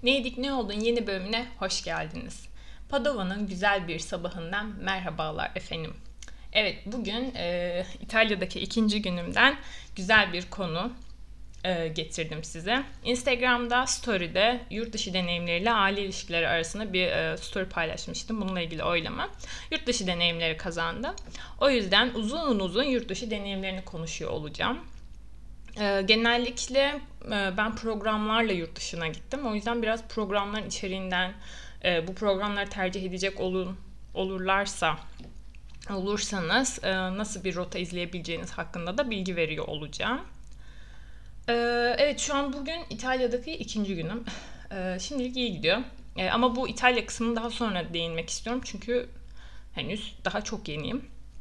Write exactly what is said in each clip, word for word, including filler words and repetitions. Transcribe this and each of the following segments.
Neydik ne oldun yeni bölümüne hoş geldiniz. Padova'nın güzel bir sabahından merhabalar efendim. Evet bugün e, İtalya'daki ikinci günümden güzel bir konu e, getirdim size. Instagram'da story'de yurt dışı deneyimleriyle aile ilişkileri arasında bir e, story paylaşmıştım. Bununla ilgili oylama. Yurt dışı deneyimleri kazandı. O yüzden uzun uzun yurt dışı deneyimlerini konuşuyor olacağım. Ee, genellikle e, ben programlarla yurt dışına gittim. O yüzden biraz programların içeriğinden e, bu programları tercih edecek olun, olurlarsa olursanız e, nasıl bir rota izleyebileceğiniz hakkında da bilgi veriyor olacağım. E, evet şu an bugün İtalya'daki ikinci günüm. E, şimdilik iyi gidiyor. E, ama bu İtalya kısmını daha sonra değinmek istiyorum. Çünkü henüz daha çok yeniyim.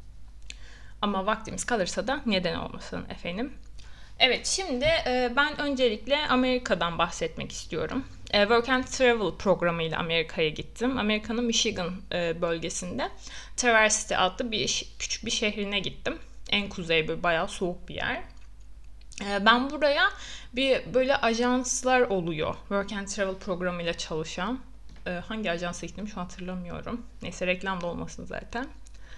Ama vaktimiz kalırsa da neden olmasın efendim. Evet, şimdi e, ben öncelikle Amerika'dan bahsetmek istiyorum. E, Work and Travel programıyla Amerika'ya gittim. Amerika'nın Michigan e, bölgesinde Traverse City adlı bir küçük bir şehrine gittim. En kuzey, böyle bayağı soğuk bir yer. E, ben buraya bir böyle ajanslar oluyor. Work and Travel programıyla çalışan. E, hangi ajansa gittim şu an hatırlamıyorum. Neyse reklam da olmasın zaten.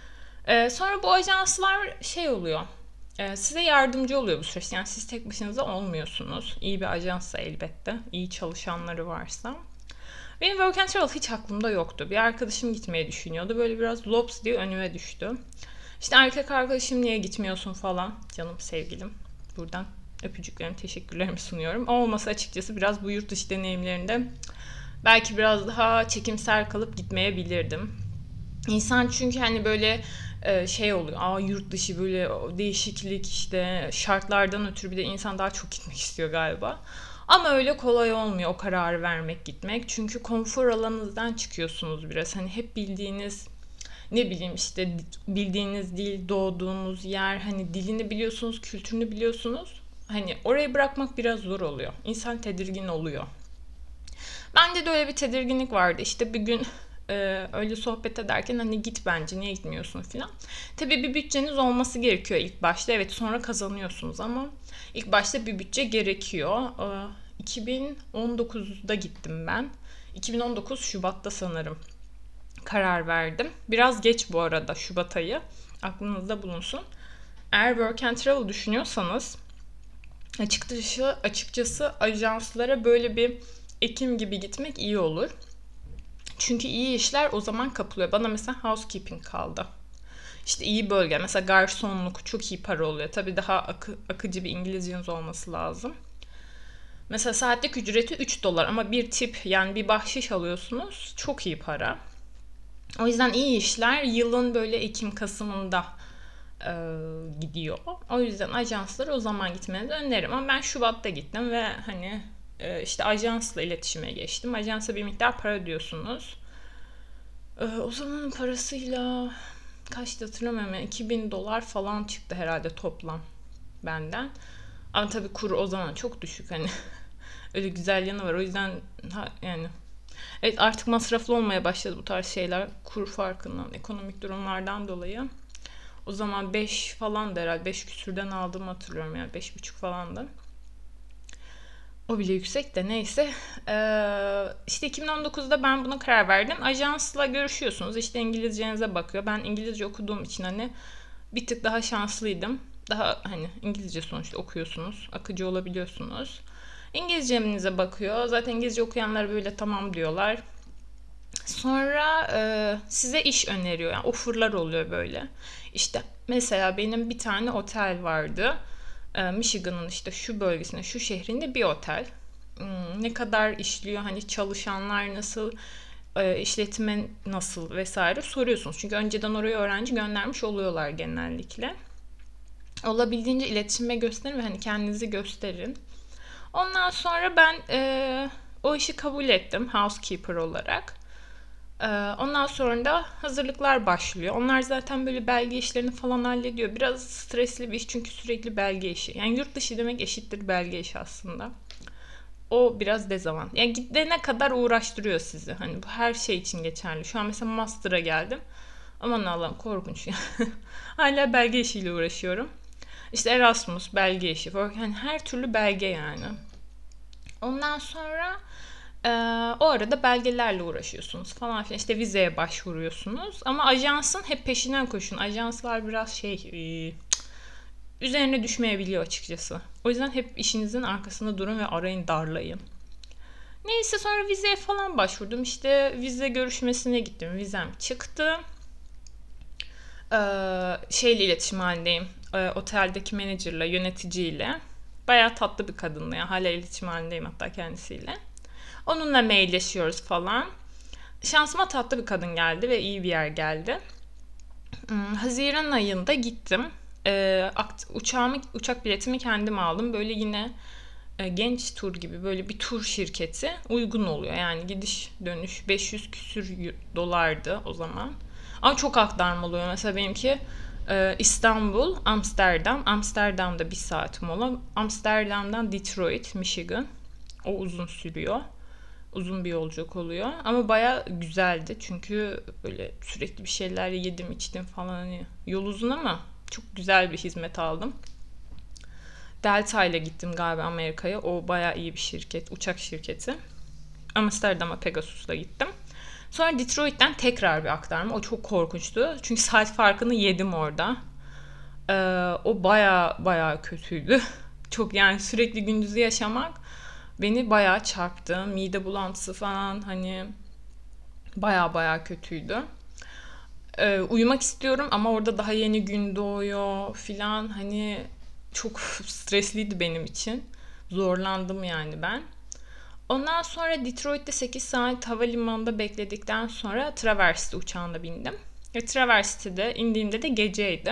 E, sonra bu ajanslar şey oluyor. Size yardımcı oluyor bu süreçte. Yani siz tek başınıza olmuyorsunuz. İyi bir ajansa elbette. İyi çalışanları varsa. Benim Work and Travel hiç aklımda yoktu. Bir arkadaşım gitmeyi düşünüyordu. Böyle biraz lops diye önüme düştü. İşte erkek arkadaşım niye gitmiyorsun falan. Canım sevgilim. Buradan öpücüklerimi, teşekkürlerimi sunuyorum. O olmasa açıkçası biraz bu yurt dışı deneyimlerinde belki biraz daha çekimser kalıp gitmeyebilirdim. İnsan çünkü hani böyle şey oluyor. Aa yurt dışı böyle değişiklik işte şartlardan ötürü bir de insan daha çok gitmek istiyor galiba. Ama öyle kolay olmuyor o kararı vermek gitmek. Çünkü konfor alanınızdan çıkıyorsunuz biraz. Hani hep bildiğiniz ne bileyim işte bildiğiniz dil, doğduğunuz yer, hani dilini biliyorsunuz, kültürünü biliyorsunuz. Hani orayı bırakmak biraz zor oluyor. İnsan tedirgin oluyor. Bende de öyle bir tedirginlik vardı. İşte bir gün e, öyle sohbet ederken hani git bence niye gitmiyorsun filan. Tabii bir bütçeniz olması gerekiyor ilk başta. Evet sonra kazanıyorsunuz ama ilk başta bir bütçe gerekiyor. E, iki bin on dokuzda gittim ben. iki bin on dokuz Şubat'ta sanırım karar verdim. Biraz geç bu arada Şubat ayı. Aklınızda bulunsun. Eğer Work and Travel düşünüyorsanız açıkçası, açıkçası ajanslara böyle bir Ekim gibi gitmek iyi olur. Çünkü iyi işler o zaman kapılıyor. Bana mesela housekeeping kaldı. İşte iyi bölge. Mesela garsonluk çok iyi para oluyor. Tabii daha akı, akıcı bir İngilizceniz olması lazım. Mesela saatlik ücreti üç dolar ama bir tip yani bir bahşiş alıyorsunuz. Çok iyi para. O yüzden iyi işler yılın böyle Ekim-Kasım'ında e, gidiyor. O yüzden ajanslara o zaman gitmenizi öneririm. Ama ben Şubat'ta gittim ve hani işte ajansla iletişime geçtim. Ajansa bir miktar para ödüyorsunuz. O zamanın parasıyla kaçtı hatırlamıyorum. Yani iki bin dolar falan çıktı herhalde toplam benden. Ama tabii kur o zaman çok düşük hani. Öyle güzel yanı var. O yüzden ha, yani evet artık masraflı olmaya başladı bu tarz şeyler. Kur farkından, ekonomik durumlardan dolayı. O zaman beş falan da herhalde. beş küsürden aldığımı hatırlıyorum yani. beş buçuk falandı. O bile yüksek de neyse. Ee, işte iki bin on dokuzda ben buna karar verdim. Ajansla görüşüyorsunuz. İşte İngilizcenize bakıyor. Ben İngilizce okuduğum için hani bir tık daha şanslıydım. Daha hani İngilizce sonuçta okuyorsunuz. Akıcı olabiliyorsunuz. İngilizcenize bakıyor. Zaten İngilizce okuyanlar böyle tamam diyorlar. Sonra e, size iş öneriyor. Yani offerlar oluyor böyle. İşte mesela benim bir tane otel vardı. Michigan'ın işte şu bölgesinde, şu şehrinde bir otel. Ne kadar işliyor, hani çalışanlar nasıl, işletme nasıl vesaire soruyorsunuz. Çünkü önceden oraya öğrenci göndermiş oluyorlar genellikle. Olabildiğince iletişime gösterin ve hani kendinizi gösterin. Ondan sonra ben e, o işi kabul ettim housekeeper olarak. Ondan sonra da hazırlıklar başlıyor. Onlar zaten böyle belge işlerini falan hallediyor. Biraz stresli bir iş çünkü sürekli belge işi. Yani yurt dışı demek eşittir belge işi aslında. O biraz dezavantaj. Yani gidene kadar uğraştırıyor sizi. Hani bu her şey için geçerli. Şu an mesela master'a geldim. Aman Allah'ım korkunç ya. Hala belge işiyle uğraşıyorum. İşte Erasmus belge işi. Yani her türlü belge yani. Ondan sonra Ee, o arada belgelerle uğraşıyorsunuz falan filan. İşte vizeye başvuruyorsunuz. Ama ajansın hep peşinden koşun. Ajanslar biraz şey e, üzerine düşmeyebiliyor açıkçası. O yüzden hep işinizin arkasında durun ve arayın, darlayın. Neyse sonra vizeye falan başvurdum. İşte vize görüşmesine gittim. Vizem çıktı. Ee, şeyle iletişim halindeyim. Ee, oteldeki menajerle, yöneticiyle. Bayağı tatlı bir kadındı. Yani hala iletişim halindeyim hatta kendisiyle. Onunla mailleşiyoruz falan. Şansıma tatlı bir kadın geldi ve iyi bir yer geldi. Hmm, Haziran ayında gittim. Ee, uçağımı, uçak biletimi kendim aldım. Böyle yine e, genç tur gibi böyle bir tur şirketi uygun oluyor. Yani gidiş dönüş beş yüz küsür dolardı o zaman. Ama çok aktarma oluyor. Mesela benimki e, İstanbul, Amsterdam. Amsterdam'da bir saat mola. Amsterdam'dan Detroit, Michigan. O uzun sürüyor. Uzun bir yolculuk oluyor. Ama baya güzeldi. Çünkü böyle sürekli bir şeyler yedim içtim falan. Hani yol uzun ama çok güzel bir hizmet aldım. Delta ile gittim galiba Amerika'ya. O baya iyi bir şirket. Uçak şirketi. Amsterdam'a Pegasus'la gittim. Sonra Detroit'ten tekrar bir aktarma. O çok korkunçtu. Çünkü saat farkını yedim orada. Ee, o baya baya kötüydü. Çok yani sürekli gündüzü yaşamak beni bayağı çarptı. Mide bulantısı falan hani baya baya kötüydü. Ee, uyumak istiyorum ama orada daha yeni gün doğuyor filan. Hani çok stresliydi benim için. Zorlandım yani ben. Ondan sonra Detroit'te sekiz saat havalimanında bekledikten sonra Traversity uçağına bindim. Ve Traversity'de indiğimde de geceydi.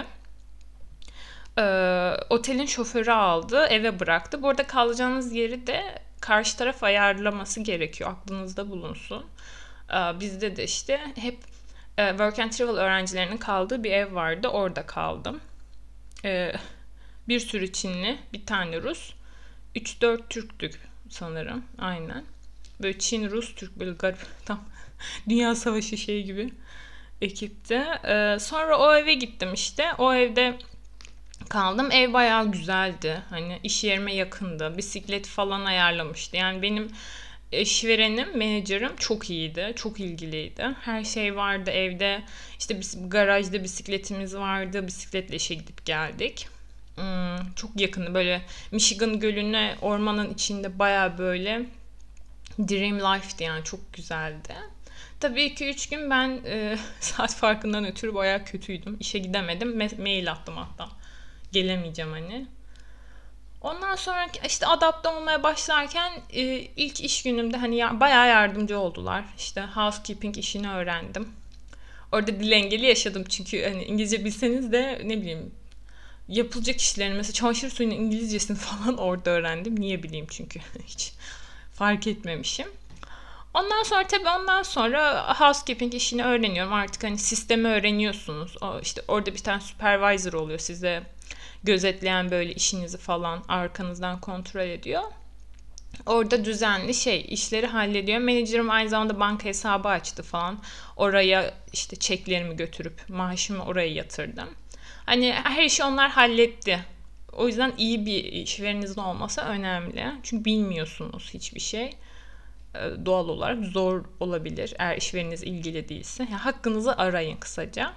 Ee, otelin şoförü aldı, eve bıraktı. Bu arada kalacağınız yeri de karşı taraf ayarlaması gerekiyor. Aklınızda bulunsun. Ee, bizde de işte hep e, Work and Travel öğrencilerinin kaldığı bir ev vardı. Orada kaldım. Ee, bir sürü Çinli, bir tane Rus. üç dört Türktük sanırım. Aynen. Böyle Çin, Rus, Türk böyle garip. Tam Dünya Savaşı şey gibi ekipte. Ee, sonra o eve gittim işte. O evde kaldım. Ev bayağı güzeldi. Hani iş yerime yakındı. Bisiklet falan ayarlamıştı. Yani benim işverenim, menajerim çok iyiydi. Çok ilgiliydi. Her şey vardı evde. İşte garajda bisikletimiz vardı. Bisikletle işe gidip geldik. Hmm, çok yakındı. Böyle Michigan Gölü'ne ormanın içinde bayağı böyle dream life'di yani. Çok güzeldi. Tabii iki üç gün ben e, saat farkından ötürü bayağı kötüydüm. İşe gidemedim. Me- mail attım hatta. Gelemeyeceğim hani. Ondan sonra işte adapte olmaya başlarken e, ilk iş günümde hani ya, bayağı yardımcı oldular. İşte housekeeping işini öğrendim. Orada dil engeli yaşadım çünkü hani İngilizce bilseniz de ne bileyim yapılacak işlerin mesela çamaşır suyunun İngilizcesini falan orada öğrendim. Niye bileyim çünkü hiç fark etmemişim. Ondan sonra tabii ondan sonra housekeeping işini öğreniyorum. Artık hani sistemi öğreniyorsunuz. O işte orada bir tane supervisor oluyor size gözetleyen böyle işinizi falan arkanızdan kontrol ediyor. Orada düzenli şey işleri hallediyor. Menajerim aynı zamanda banka hesabı açtı falan. Oraya işte çeklerimi götürüp maaşımı oraya yatırdım. Hani her işi onlar halletti. O yüzden iyi bir işvereninizin olması önemli. Çünkü bilmiyorsunuz hiçbir şey. Doğal olarak zor olabilir eğer işvereniz ilgili değilse. Yani hakkınızı arayın kısaca.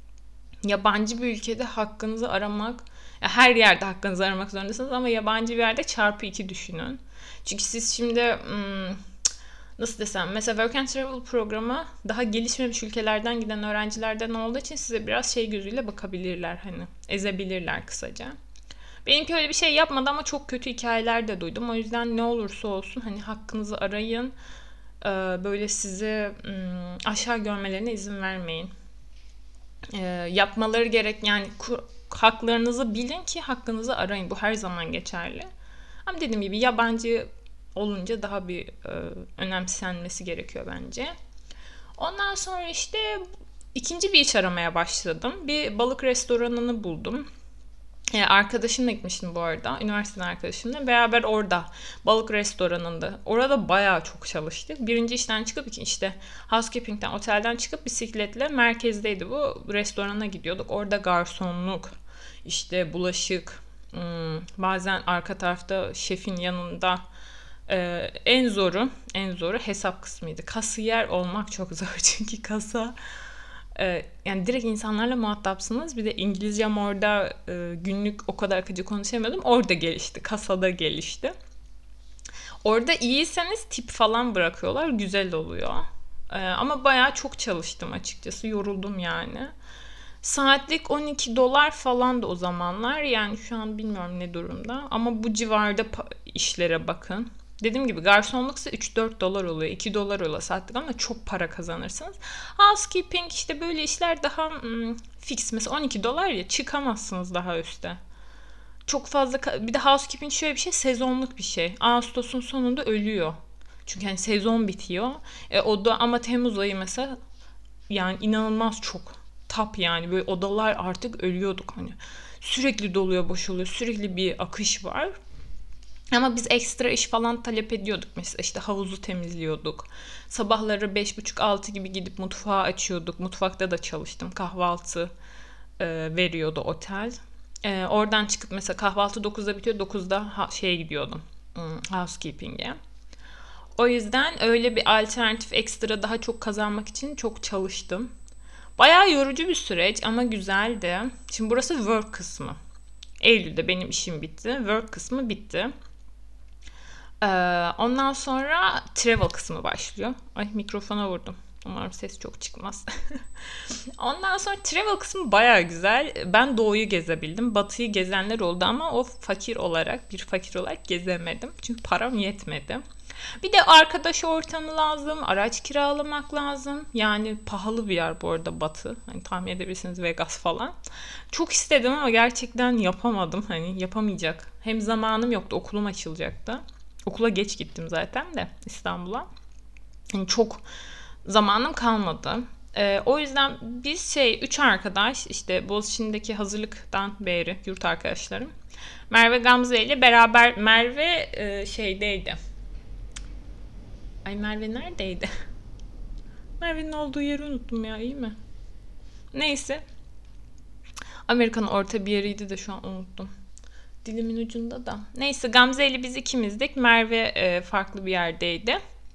Yabancı bir ülkede hakkınızı aramak, yani her yerde hakkınızı aramak zorundasınız ama yabancı bir yerde çarpı iki düşünün. Çünkü siz şimdi hmm, nasıl desem mesela Work and Travel programı daha gelişmemiş ülkelerden giden öğrencilerden olduğu için size biraz şey gözüyle bakabilirler hani ezebilirler kısaca. Benimki öyle bir şey yapmadı ama çok kötü hikayeler de duydum. O yüzden ne olursa olsun hani hakkınızı arayın. Böyle sizi aşağı görmelerine izin vermeyin. Yapmaları gerek yani haklarınızı bilin ki hakkınızı arayın. Bu her zaman geçerli. Ama dediğim gibi yabancı olunca daha bir önemsenmesi gerekiyor bence. Ondan sonra işte ikinci bir iş aramaya başladım. Bir balık restoranını buldum. Yani arkadaşımla gitmiştim bu arada. Üniversiteden arkadaşımla. Beraber orada balık restoranında. Orada bayağı çok çalıştık. Birinci işten çıkıp işte housekeeping'den, otelden çıkıp bisikletle merkezdeydi bu. Restorana gidiyorduk. Orada garsonluk, işte bulaşık, bazen arka tarafta şefin yanında Ee, en zoru, en zoru hesap kısmıydı. Kasiyer olmak çok zor çünkü kasa e, yani direkt insanlarla muhatapsınız. Bir de İngilizcem orada e, günlük o kadar akıcı konuşamıyordum. Orada gelişti, kasada gelişti. Orada iyiyseniz tip falan bırakıyorlar, güzel oluyor. Ee, ama bayağı çok çalıştım açıkçası, yoruldum yani. Saatlik on iki dolar falan da o zamanlar. Yani şu an bilmiyorum ne durumda. Ama bu civarda işlere bakın. Dediğim gibi garsonluksa üç dört dolar oluyor. iki dolar oluyor saatlik ama çok para kazanırsınız. Housekeeping işte böyle işler daha hmm, fix. Mesela on iki dolar ya, çıkamazsınız daha üste. Çok fazla bir de housekeeping şöyle bir şey, sezonluk bir şey. Ağustos'un sonunda ölüyor. Çünkü hani sezon bitiyor. E, o da ama Temmuz ayı mesela yani inanılmaz çok tap yani böyle odalar artık ölüyorduk hani. Sürekli doluyor, boşalıyor. Sürekli bir akış var. Ama biz ekstra iş falan talep ediyorduk. Mesela işte havuzu temizliyorduk. Sabahları beş buçuk altı gibi gidip mutfağı açıyorduk. Mutfakta da çalıştım. Kahvaltı e, veriyordu otel. E, oradan çıkıp mesela kahvaltı dokuzda bitiyor. dokuzda ha, şeye gidiyordum. Hmm, housekeeping'e. O yüzden öyle bir alternatif ekstra daha çok kazanmak için çok çalıştım. Bayağı yorucu bir süreç ama güzeldi. Şimdi burası work kısmı. Eylül'de benim işim bitti. Work kısmı bitti. Ee, ondan sonra travel kısmı başlıyor. Ay mikrofona vurdum. Umarım ses çok çıkmaz. Ondan sonra travel kısmı bayağı güzel. Ben doğuyu gezebildim. Batıyı gezenler oldu ama o fakir olarak, bir fakir olarak gezemedim. Çünkü param yetmedi. Bir de arkadaş ortamı lazım, araç kiralamak lazım. Yani pahalı bir yer bu arada Batı. Hani tahmin edebilirsiniz Vegas falan. Çok istedim ama gerçekten yapamadım. Hani yapamayacak. Hem zamanım yoktu, okulum açılacaktı. Okula geç gittim zaten de İstanbul'a. Yani çok zamanım kalmadı. Ee, o yüzden biz şey üç arkadaş işte Boğaziçi'ndeki hazırlıktan beri yurt arkadaşlarım. Merve Gamze ile beraber Merve e, şeydeydi. Ay Merve neredeydi? Merve'nin olduğu yeri unuttum ya, iyi mi? Neyse. Amerika'nın orta bir yeriydi de şu an unuttum. Dilimin ucunda da. Neyse Gamze ile biz ikimizdik. Merve e, farklı bir yerdeydi.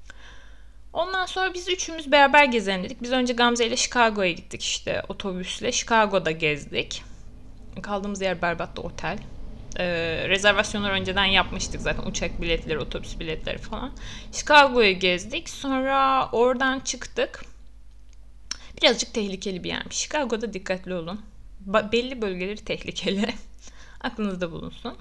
Ondan sonra biz üçümüz beraber gezelim dedik. Biz önce Gamze ile Chicago'ya gittik işte otobüsle. Chicago'da gezdik. Kaldığımız yer berbattı, otel. Ee, rezervasyonları önceden yapmıştık zaten. Uçak biletleri, otobüs biletleri falan. Chicago'yu gezdik. Sonra oradan çıktık. Birazcık tehlikeli bir yermiş. Chicago'da dikkatli olun. Ba- belli bölgeleri tehlikeli. Aklınızda bulunsun.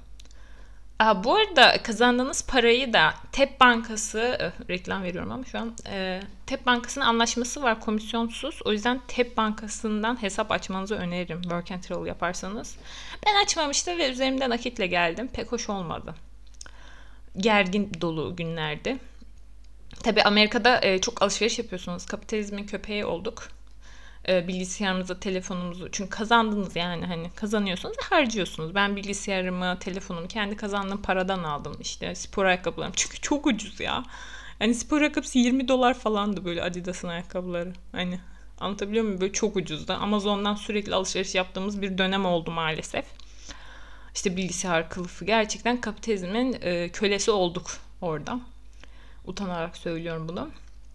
Aa, bu arada kazandığınız parayı da T E P Bankası, e, reklam veriyorum ama şu an e, T E P Bankası'nın anlaşması var komisyonsuz. O yüzden T E P Bankası'ndan hesap açmanızı öneririm Work and Travel yaparsanız. Ben açmamıştım ve üzerimde nakitle geldim. Pek hoş olmadı. Gergin dolu günlerdi. Tabii Amerika'da e, çok alışveriş yapıyorsunuz. Kapitalizmin köpeği olduk. E, bilgisayarımızı, telefonumuzu, çünkü kazandınız yani hani kazanıyorsunuz ve harcıyorsunuz. Ben bilgisayarımı, telefonumu kendi kazandığım paradan aldım işte spor ayakkabılarım çünkü çok ucuz ya. Hani spor ayakkabısı yirmi dolar falandı böyle Adidas'ın ayakkabıları. Hani anlatabiliyor muyum? Böyle çok ucuzdu. Amazon'dan sürekli alışveriş yaptığımız bir dönem oldu maalesef. İşte bilgisayar kılıfı, gerçekten kapitalizmin e, kölesi olduk orada. Utanarak söylüyorum bunu.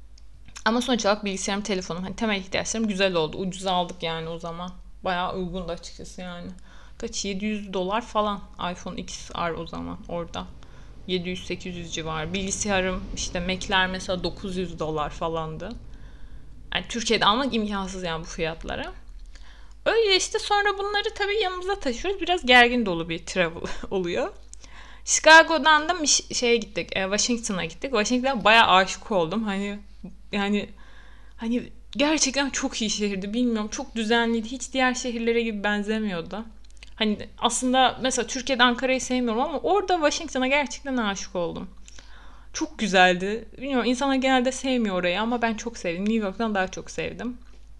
Ama sonuç olarak bilgisayarım, telefonum, hani temel ihtiyaçlarım güzel oldu. Ucuz aldık yani o zaman. Bayağı uygundu açıkçası yani. Kaç? yedi yüz dolar falan iPhone X R o zaman orada. yedi yüz sekiz yüz civarı. Bilgisayarım işte Mac'ler mesela dokuz yüz dolar falandı. Yani Türkiye'de almak imkansız yani bu fiyatlara. Öyle işte, sonra bunları tabii yanımıza taşıyoruz. Biraz gergin dolu bir travel oluyor. Chicago'dan da şeye gittik. Washington'a gittik. Washington'a bayağı aşık oldum. Hani yani hani gerçekten çok iyi şehirdi. Bilmiyorum, çok düzenliydi. Hiç diğer şehirlere gibi benzemiyordu. Hani aslında mesela Türkiye'de Ankara'yı sevmiyorum ama orada Washington'a gerçekten aşık oldum. Çok güzeldi. Bilmiyorum, insanlar genelde sevmiyor orayı ama ben çok sevdim. New York'tan daha çok sevdim.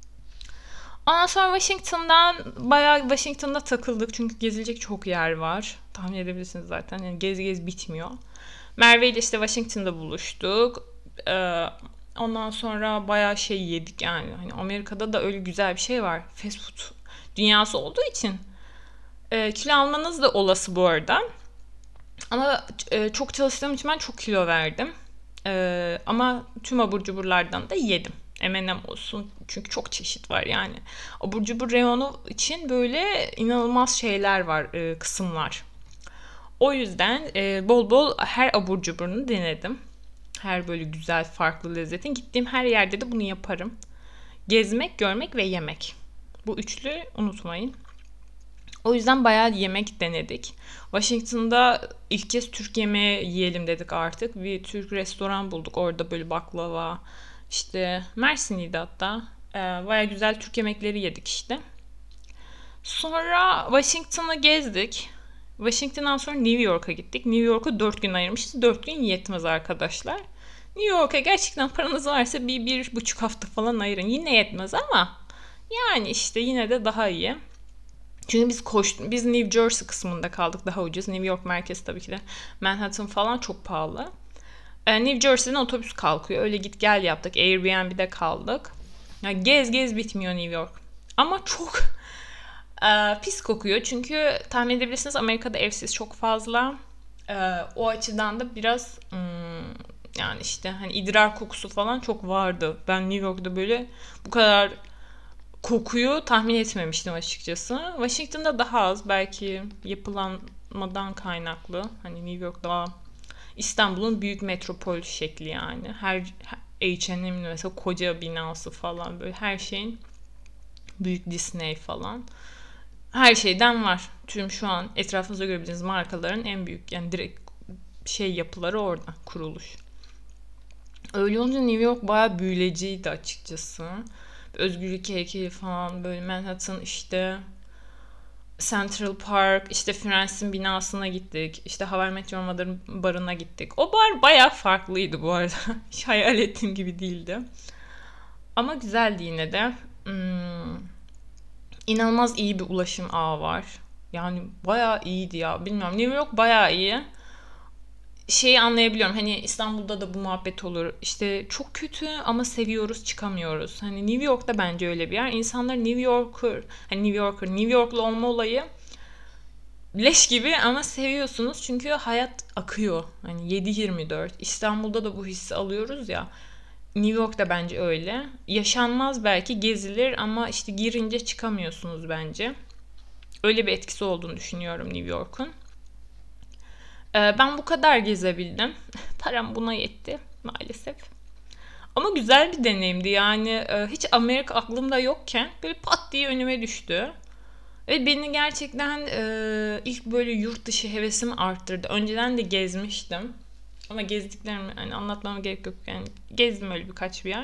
Ondan sonra Washington'dan bayağı Washington'da takıldık. Çünkü gezilecek çok yer var. Tahmin edebilirsiniz zaten. Yani gez gez bitmiyor. Merve ile işte Washington'da buluştuk. Ee, ondan sonra bayağı şey yedik yani. Hani Amerika'da da öyle güzel bir şey var. Fast food dünyası olduğu için. Ee, kilo almanız da olası bu arada. Ama e, çok çalıştığım için ben çok kilo verdim. E, ama tüm abur cuburlardan da yedim. M and M olsun. Çünkü çok çeşit var yani. Abur cubur reyonu için böyle inanılmaz şeyler var, e, kısımlar. O yüzden e, bol bol her abur cuburunu denedim. Her böyle güzel farklı lezzetin. Gittiğim her yerde de bunu yaparım. Gezmek, görmek ve yemek. Bu üçlü unutmayın. O yüzden bayağı yemek denedik. Washington'da ilk kez Türk yemeği yiyelim dedik artık. Bir Türk restoran bulduk. Orada böyle baklava, işte Mersin'iydi hatta. Ee, bayağı güzel Türk yemekleri yedik işte. Sonra Washington'ı gezdik. Washington'dan sonra New York'a gittik. New York'a dört gün ayırmışız. Dört gün yetmez arkadaşlar. New York'a gerçekten paranız varsa bir, bir buçuk hafta falan ayırın. Yine yetmez ama yani işte yine de daha iyi. Çünkü biz koştuk, biz New Jersey kısmında kaldık, daha ucuz. New York merkezi tabii ki de. Manhattan falan çok pahalı. Ee, New Jersey'den otobüs kalkıyor. Öyle git gel yaptık. Airbnb'de kaldık. Yani gez gez bitmiyor New York. Ama çok e, pis kokuyor. Çünkü tahmin edebilirsiniz Amerika'da evsiz çok fazla. E, o açıdan da biraz hmm, yani işte hani idrar kokusu falan çok vardı. Ben New York'ta böyle bu kadar kokuyu tahmin etmemiştim açıkçası. Washington'da daha az, belki yapılanmadan kaynaklı. Hani New York daha İstanbul'un büyük metropol şekli yani. Her H and M'in mesela koca binası falan, böyle her şeyin büyük, Disney falan. Her şeyden var. Tüm şu an etrafınızda görebildiğiniz markaların en büyük yani direkt şey yapıları orada, kuruluş. Öyle olunca New York bayağı büyüleciydi açıkçası. Özgürlük heykeli falan, böyle Manhattan, işte Central Park, işte Friends'in binasına gittik. İşte How I Met Your Mother'ın barına gittik. O bar bayağı farklıydı bu arada. Hiç hayal ettiğim gibi değildi. Ama güzeldi yine de. Hmm, inanılmaz iyi bir ulaşım ağı var. Yani bayağı iyiydi ya. Bilmiyorum. New York bayağı iyi. Şeyi anlayabiliyorum. Hani İstanbul'da da bu muhabbet olur. İşte çok kötü ama seviyoruz, çıkamıyoruz. Hani New York'ta bence öyle bir yer. İnsanlar New Yorker, hani New Yorker, New Yorklu olma olayı leş gibi ama seviyorsunuz çünkü hayat akıyor. Hani yedi yirmi dört. İstanbul'da da bu hissi alıyoruz ya. New York'ta bence öyle. Yaşanmaz, belki gezilir ama işte girince çıkamıyorsunuz bence. Öyle bir etkisi olduğunu düşünüyorum New York'un. Ee, ben bu kadar gezebildim. Param buna yetti maalesef. Ama güzel bir deneyimdi yani, e, hiç Amerika aklımda yokken böyle pat diye önüme düştü. Ve beni gerçekten e, ilk böyle yurt dışı hevesimi arttırdı. Önceden de gezmiştim. Ama gezdiklerimi hani anlatmama gerek yok. Yani gezdim öyle birkaç bir yer.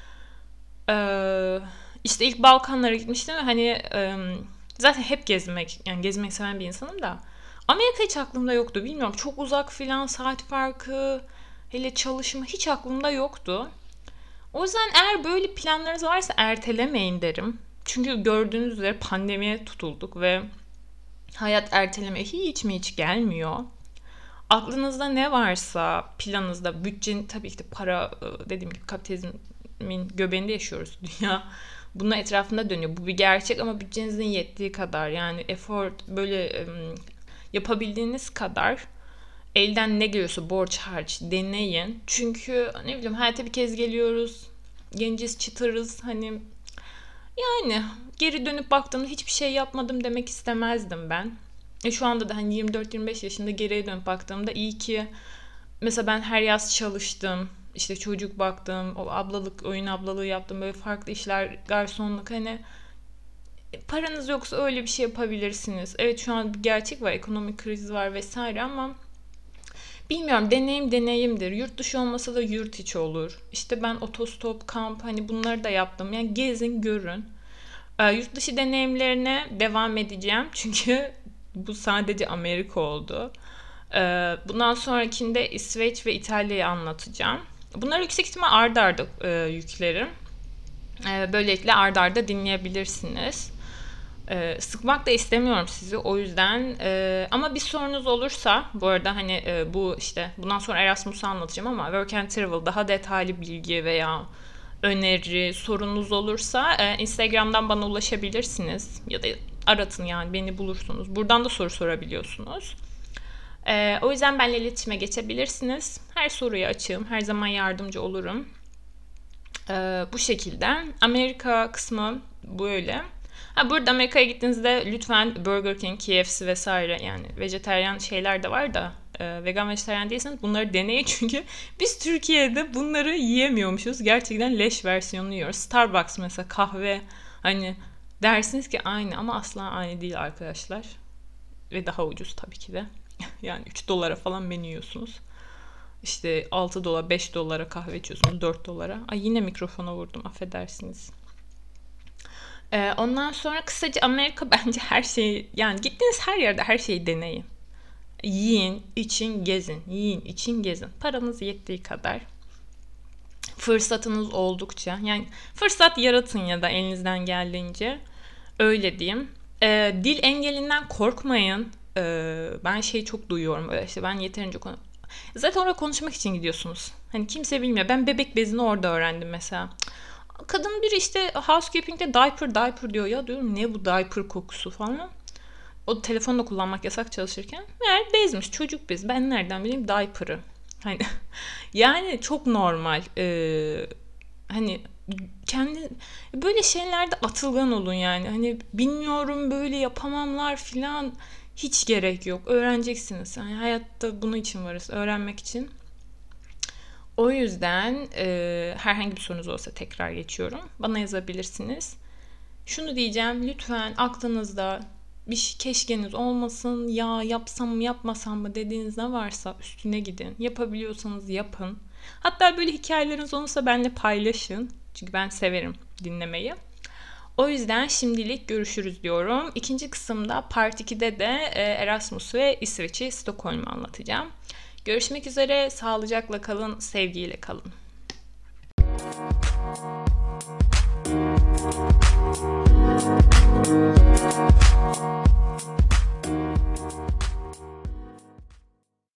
Ee, işte ilk Balkanlara gitmiştim ve hani e, zaten hep gezmek, yani gezmek seven bir insanım da. Amerika hiç aklımda yoktu. Bilmiyorum, çok uzak filan, saat farkı, hele çalışma hiç aklımda yoktu. O yüzden eğer böyle planlarınız varsa ertelemeyin derim. Çünkü gördüğünüz üzere pandemiye tutulduk ve hayat ertelemeye hiç mi hiç gelmiyor. Aklınızda ne varsa, planınızda, bütçen, tabii ki de para, dediğim gibi kapitalizmin göbeğinde yaşıyoruz, dünya bunun etrafında dönüyor. Bu bir gerçek ama bütçenizin yettiği kadar, yani efor böyle yapabildiğiniz kadar elden ne geliyorsa borç harç deneyin. Çünkü ne bileyim, hayata bir kez geliyoruz. Genciz, çıtırız. Hani yani geri dönüp baktığımda hiçbir şey yapmadım demek istemezdim ben. E şu anda da hani yirmi dört yirmi beş yaşında geriye dönüp baktığımda iyi ki mesela ben her yaz çalıştım. İşte çocuk baktım, o ablalık, oyun ablalığı yaptım. Böyle farklı işler, garsonluk, hani paranız yoksa öyle bir şey yapabilirsiniz. Evet, şu an bir gerçek var, ekonomik kriz var vesaire ama bilmiyorum, deneyim deneyimdir. Yurt dışı olmasa da yurt içi olur. İşte ben otostop, kamp, hani bunları da yaptım. Yani gezin, görün. Ee, yurt dışı deneyimlerine devam edeceğim. Çünkü bu sadece Amerika oldu. Ee, bundan sonrakinde İsveç ve İtalya'yı anlatacağım. Bunları yüksek ihtimal ard arda e, yüklerim. Ee, böylelikle ard arda dinleyebilirsiniz. Ee, sıkmak da istemiyorum sizi, o yüzden e, ama bir sorunuz olursa, bu arada hani e, bu işte bundan sonra Erasmus'u anlatacağım ama Work and Travel, daha detaylı bilgi veya öneri, sorunuz olursa e, Instagram'dan bana ulaşabilirsiniz ya da aratın, yani beni bulursunuz. Buradan da soru sorabiliyorsunuz. Ee, o yüzden benimle iletişime geçebilirsiniz. Her soruya açığım. Her zaman yardımcı olurum. Ee, bu şekilde. Amerika kısmı böyle. Ha, burada Amerika'ya gittiğinizde lütfen Burger King, K F C vesaire, yani vejetaryen şeyler de var da e, vegan vejetaryen değilseniz bunları deneyin, çünkü biz Türkiye'de bunları yiyemiyormuşuz. Gerçekten leş versiyonunu yiyoruz. Starbucks mesela, kahve, hani dersiniz ki aynı ama asla aynı değil arkadaşlar. Ve daha ucuz tabii ki de. Yani üç dolara falan menü yiyorsunuz. İşte altı dolar, beş dolara kahve içiyorsunuz, dört dolara. Ay, yine mikrofona vurdum, affedersiniz. Ee, ondan sonra kısaca Amerika bence her şeyi, yani gittiğiniz her yerde her şeyi deneyin. Yiyin, için, gezin. Yiyin, için, gezin. Paranız yettiği kadar. Fırsatınız oldukça. Yani fırsat yaratın ya da elinizden geldiğince. Öyle diyeyim. Ee, dil engelinden korkmayın. Ee, ben şeyi çok duyuyorum. Böyle işte ben yeterince konu... Zaten oraya konuşmak için gidiyorsunuz. Hani kimse bilmiyor. Ben bebek bezini orada öğrendim mesela. Kadın biri işte housekeeping'de diaper diaper diyor. Ya diyorum, ne bu diaper kokusu falan. O telefonu da kullanmak yasak çalışırken. Meğer bezmiş, çocuk bez. Ben nereden bileyim diaper'ı. Hani yani çok normal. Ee, hani kendi böyle şeylerde atılgan olun yani. Hani bilmiyorum, böyle yapamamlar filan, hiç gerek yok. Öğreneceksiniz. Yani hayatta bunun için varız. Öğrenmek için. O yüzden e, herhangi bir sorunuz olsa tekrar geçiyorum. Bana yazabilirsiniz. Şunu diyeceğim, lütfen aklınızda bir şey, keşkeniz olmasın, ya yapsam mı yapmasam mı dediğiniz ne varsa üstüne gidin. Yapabiliyorsanız yapın. Hatta böyle hikayeleriniz olursa benimle paylaşın. Çünkü ben severim dinlemeyi. O yüzden şimdilik görüşürüz diyorum. İkinci kısımda Part ikide de Erasmus ve İsveç'i, Stockholm'u anlatacağım. Görüşmek üzere, sağlıcakla kalın, sevgiyle kalın. Thank you.